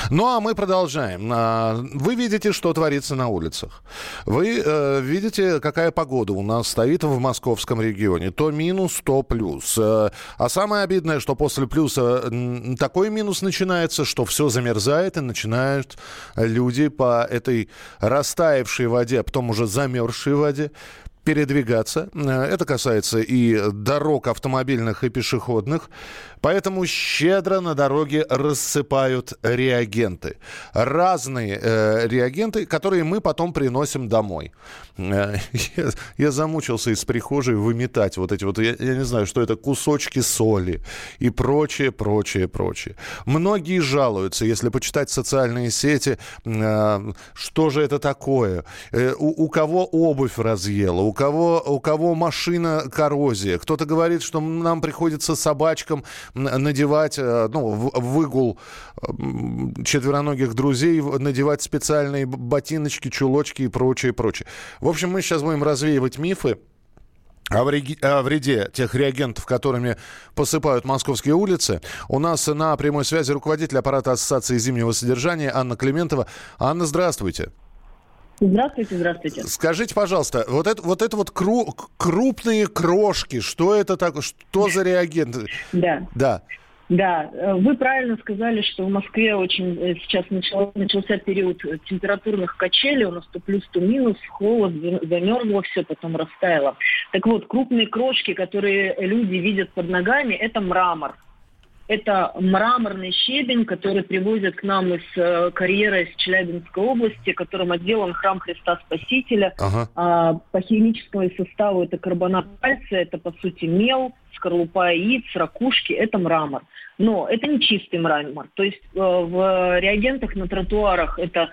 Ну, а мы продолжаем. Вы видите, что творится на улицах. Вы видите, какая погода у нас стоит в московском регионе. То минус, то плюс. А самое обидное, что после плюса такой минус начинается, что все замерзает, и начинают люди по этой растаявшей воде, а потом уже замерзшей воде передвигаться. Это касается и дорог автомобильных и пешеходных. Поэтому щедро на дороге рассыпают реагенты. Разные реагенты, которые мы потом приносим домой. Я замучился из прихожей выметать вот эти вот, я не знаю, что это, кусочки соли и прочее, прочее, прочее. Многие жалуются, если почитать социальные сети, что же это такое. У кого обувь разъела, у кого машина коррозия. Кто-то говорит, что нам приходится собачкам надевать, в выгул четвероногих друзей, надевать специальные ботиночки, чулочки и прочее, прочее. В общем, мы сейчас будем развеивать мифы о вреде тех реагентов, которыми посыпают московские улицы. У нас на прямой связи руководитель аппарата Ассоциации зимнего содержания Анна Климентова. Анна, здравствуйте. Здравствуйте, здравствуйте. Скажите, пожалуйста, вот это крупные крошки, что это такое, что за реагенты? Да. Да, вы правильно сказали, что в Москве очень сейчас начался период температурных качелей, у нас то плюс, то минус, холод, замерзло все, потом растаяло. Так вот, крупные крошки, которые люди видят под ногами, это мрамор. Это мраморный щебень, который привозят к нам из карьера из Челябинской области, которым отделан храм Христа Спасителя. Ага. По химическому составу это карбонат кальция, это по сути мел, скорлупа яиц, ракушки, это мрамор. Но это не чистый мрамор. То есть в реагентах на тротуарах это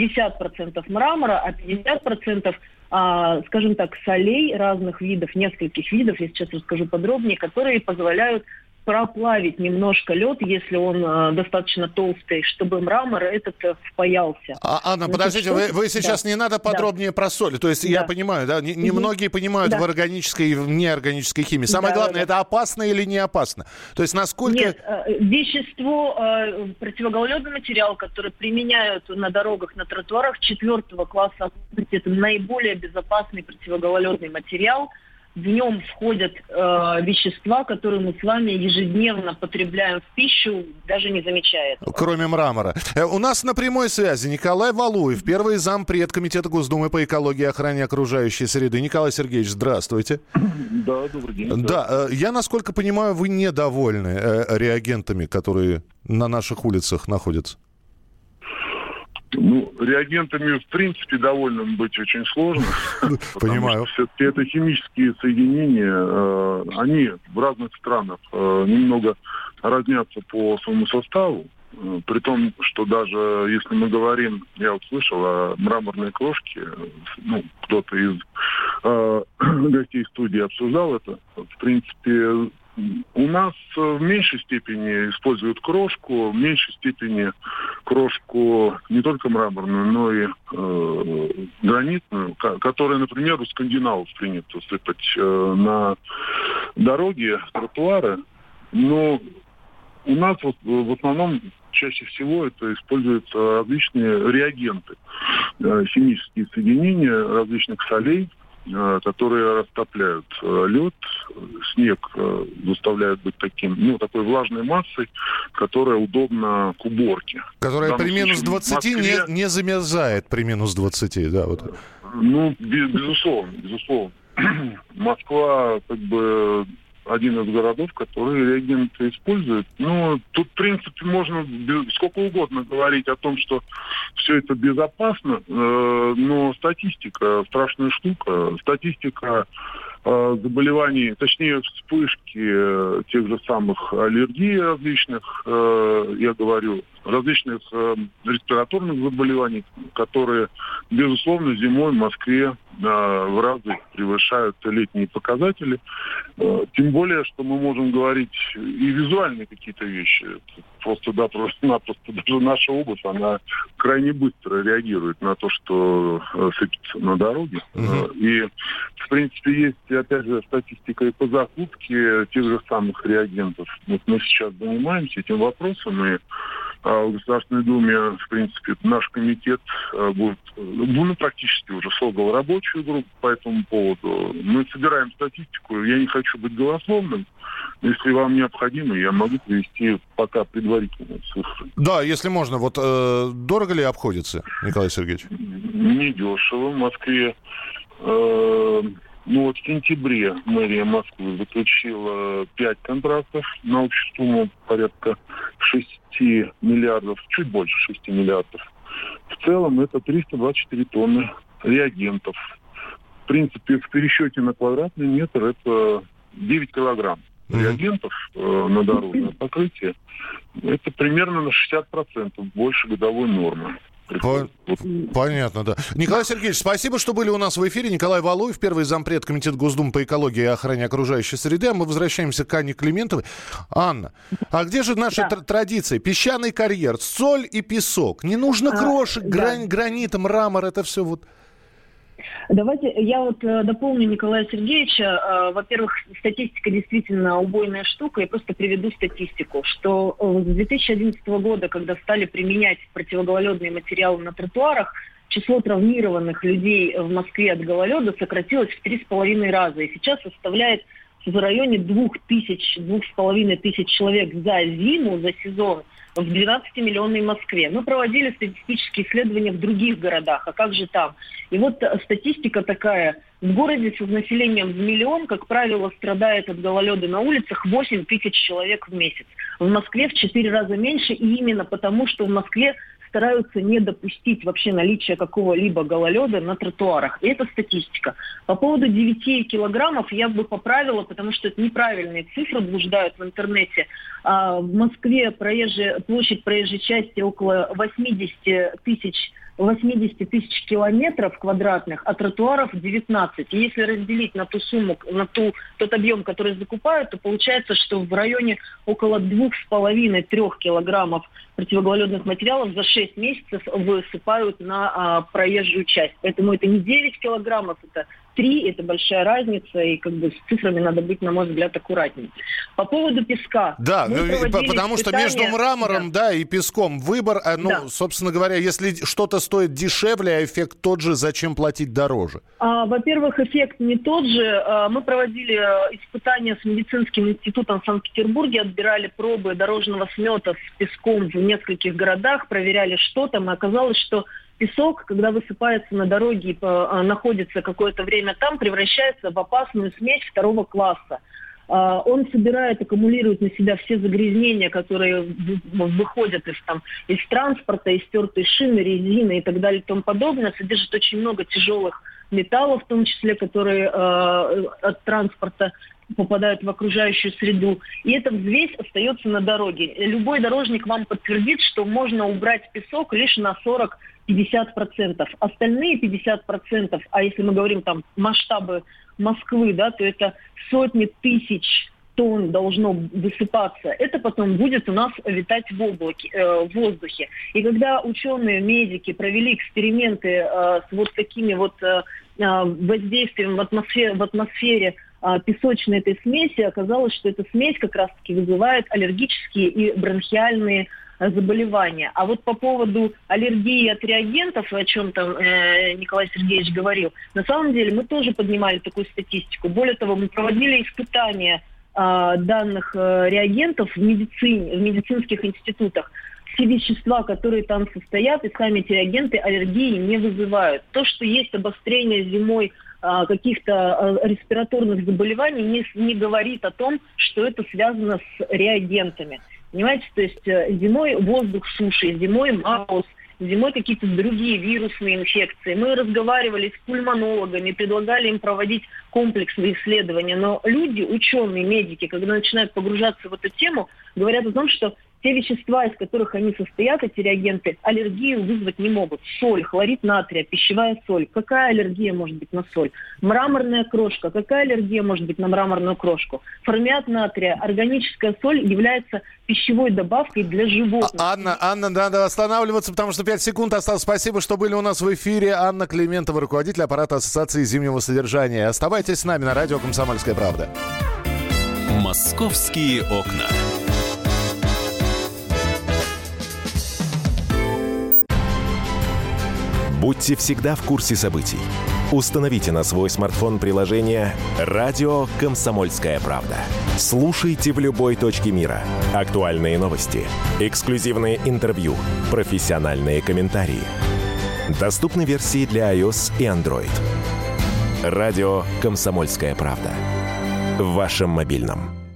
50% мрамора, а 50%, скажем так, солей разных видов, нескольких видов, я сейчас расскажу подробнее, которые позволяют проплавить немножко лед, если он достаточно толстый, чтобы мрамор этот впаялся. Анна, подождите, вы сейчас не надо подробнее про соль. То есть я понимаю, да, не многие понимают в органической и в неорганической химии. Самое главное, это опасно или не опасно? То есть насколько... Нет, вещество, противогололедный материал, который применяют на дорогах, на тротуарах 4 класса, это наиболее безопасный противогололедный материал. В нем входят вещества, которые мы с вами ежедневно потребляем в пищу, даже не замечая этого. Кроме мрамора. У нас на прямой связи Николай Валуев, первый зампред Комитета Госдумы по экологии и охране окружающей среды. Николай Сергеевич, здравствуйте. Да, добрый день. Да, я, насколько понимаю, вы недовольны реагентами, которые на наших улицах находятся? Реагентами, в принципе, довольным быть очень сложно. Понимаю. Потому что все-таки это химические соединения, они в разных странах немного разнятся по своему составу. При том, что даже если мы говорим, я вот слышал о мраморной крошке, кто-то из гостей студии обсуждал это, в принципе, у нас в меньшей степени используют крошку, в меньшей степени крошку не только мраморную, но и гранитную, которая, например, у скандинавов принято сыпать на дороги, тротуары. Но у нас в основном чаще всего это используются различные реагенты, химические соединения различных солей, которые растопляют лед, снег заставляют быть такой влажной массой, которая удобна к уборке. Которая при минус 20 Москве... не замерзает при минус 20, да? Вот. Безусловно. Москва один из городов, которые реагенты используют. Тут, в принципе, можно сколько угодно говорить о том, что все это безопасно, но статистика страшная штука. Статистика заболеваний, точнее, вспышки тех же самых аллергий различных, я говорю, различных респираторных заболеваний, которые, безусловно, зимой в Москве в разы превышают летние показатели. Тем более, что мы можем говорить и визуальные какие-то вещи. Просто-напросто даже наша обувь, она крайне быстро реагирует на то, что сыпется на дороге. И, в принципе, есть, опять же, статистика и по закупке тех же самых реагентов. Вот мы сейчас занимаемся этим вопросом, и в Государственной Думе, в принципе, наш комитет будет, практически уже создал рабочую группу по этому поводу. Мы собираем статистику. Я не хочу быть голословным. Если вам необходимо, я могу привести пока предварительные цифры. Да, если можно. Вот дорого ли обходится, Николай Сергеевич? Недешево. В Москве... в сентябре мэрия Москвы заключила 5 контрактов на общую сумму порядка 6 миллиардов, чуть больше 6 миллиардов. В целом это 324 тонны реагентов. В принципе, в пересчете на квадратный метр это 9 килограмм реагентов на дорожное покрытие. Это примерно на 60% больше годовой нормы. Понятно, да. Николай Сергеевич, спасибо, что были у нас в эфире. Николай Валуев, первый зампред Комитета Госдумы по экологии и охране окружающей среды. А мы возвращаемся к Анне Климентовой. Анна, а где же наша традиция? Песчаный карьер, соль и песок. Не нужно крошек, гранит, мрамор, это все вот... Давайте я дополню Николая Сергеевича. Во-первых, статистика действительно убойная штука. Я просто приведу статистику, что с 2011 года, когда стали применять противогололедные материалы на тротуарах, число травмированных людей в Москве от гололеда сократилось в 3,5 раза. И сейчас составляет в районе 2,5 человек за зиму, за сезон, в 12-миллионной Москве. Мы проводили статистические исследования в других городах, а как же там? И вот статистика такая. В городе с населением в миллион, как правило, страдает от гололеда на улицах 8 тысяч человек в месяц. В Москве в 4 раза меньше, и именно потому, что в Москве стараются не допустить вообще наличия какого-либо гололеда на тротуарах. И это статистика. По поводу 9 килограммов я бы поправила, потому что это неправильные цифры, блуждают в интернете. В Москве площадь проезжей части около 80 тысяч километров квадратных, а тротуаров 19. И если разделить на ту сумму, на тот объем, который закупают, то получается, что в районе около 2,5-3 килограммов противогололедных материалов за 6 месяцев высыпают на проезжую часть. Поэтому это не 9 килограммов, это 3, это большая разница, и с цифрами надо быть, на мой взгляд, аккуратнее. По поводу песка. Да, потому что между мрамором и песком выбор, собственно говоря, если что-то стоит дешевле, а эффект тот же, зачем платить дороже? Во-первых, эффект не тот же. Мы проводили испытания с медицинским институтом в Санкт-Петербурге, отбирали пробы дорожного смета с песком в нескольких городах, проверяли, что там, и оказалось, что песок, когда высыпается на дороге и находится какое-то время там, превращается в опасную смесь 2 класса. Он собирает, аккумулирует на себя все загрязнения, которые выходят из транспорта, из стертой шины, резины и так далее и тому подобное. Содержит очень много тяжелых металлов, в том числе, которые от транспорта попадают в окружающую среду. И эта взвесь остается на дороге. Любой дорожник вам подтвердит, что можно убрать песок лишь на 40-50%. Остальные 50%, а если мы говорим масштабы Москвы, то это сотни тысяч тонн должно высыпаться, это потом будет у нас витать в воздухе. И когда ученые, медики провели эксперименты с такими воздействием в атмосфере песочной этой смеси, оказалось, что эта смесь как раз-таки вызывает аллергические и бронхиальные заболевания. А по поводу аллергии от реагентов, о чем Николай Сергеевич говорил, на самом деле мы тоже поднимали такую статистику. Более того, мы проводили испытания данных реагентов в медицинских институтах. Все вещества, которые там состоят, и сами эти реагенты аллергии не вызывают. То, что есть обострение зимой каких-то респираторных заболеваний, не говорит о том, что это связано с реагентами. Понимаете, то есть зимой воздух суше, зимой мороз, зимой какие-то другие вирусные инфекции. Мы разговаривали с пульмонологами, предлагали им проводить комплексные исследования. Но люди, ученые, медики, когда начинают погружаться в эту тему, говорят о том, что те вещества, из которых они состоят, эти реагенты, аллергию вызвать не могут. Соль, хлорид натрия, пищевая соль. Какая аллергия может быть на соль? Мраморная крошка. Какая аллергия может быть на мраморную крошку? Формиат натрия. Органическая соль является пищевой добавкой для животных. Анна, надо останавливаться, потому что 5 секунд осталось. Спасибо, что были у нас в эфире. Анна Климентова, руководитель аппарата Ассоциации зимнего содержания. Оставайтесь с нами на радио «Комсомольская правда». «Московские окна». Будьте всегда в курсе событий. Установите на свой смартфон приложение «Радио Комсомольская правда». Слушайте в любой точке мира. Актуальные новости, эксклюзивные интервью, профессиональные комментарии. Доступны версии для iOS и Android. «Радио Комсомольская правда». В вашем мобильном.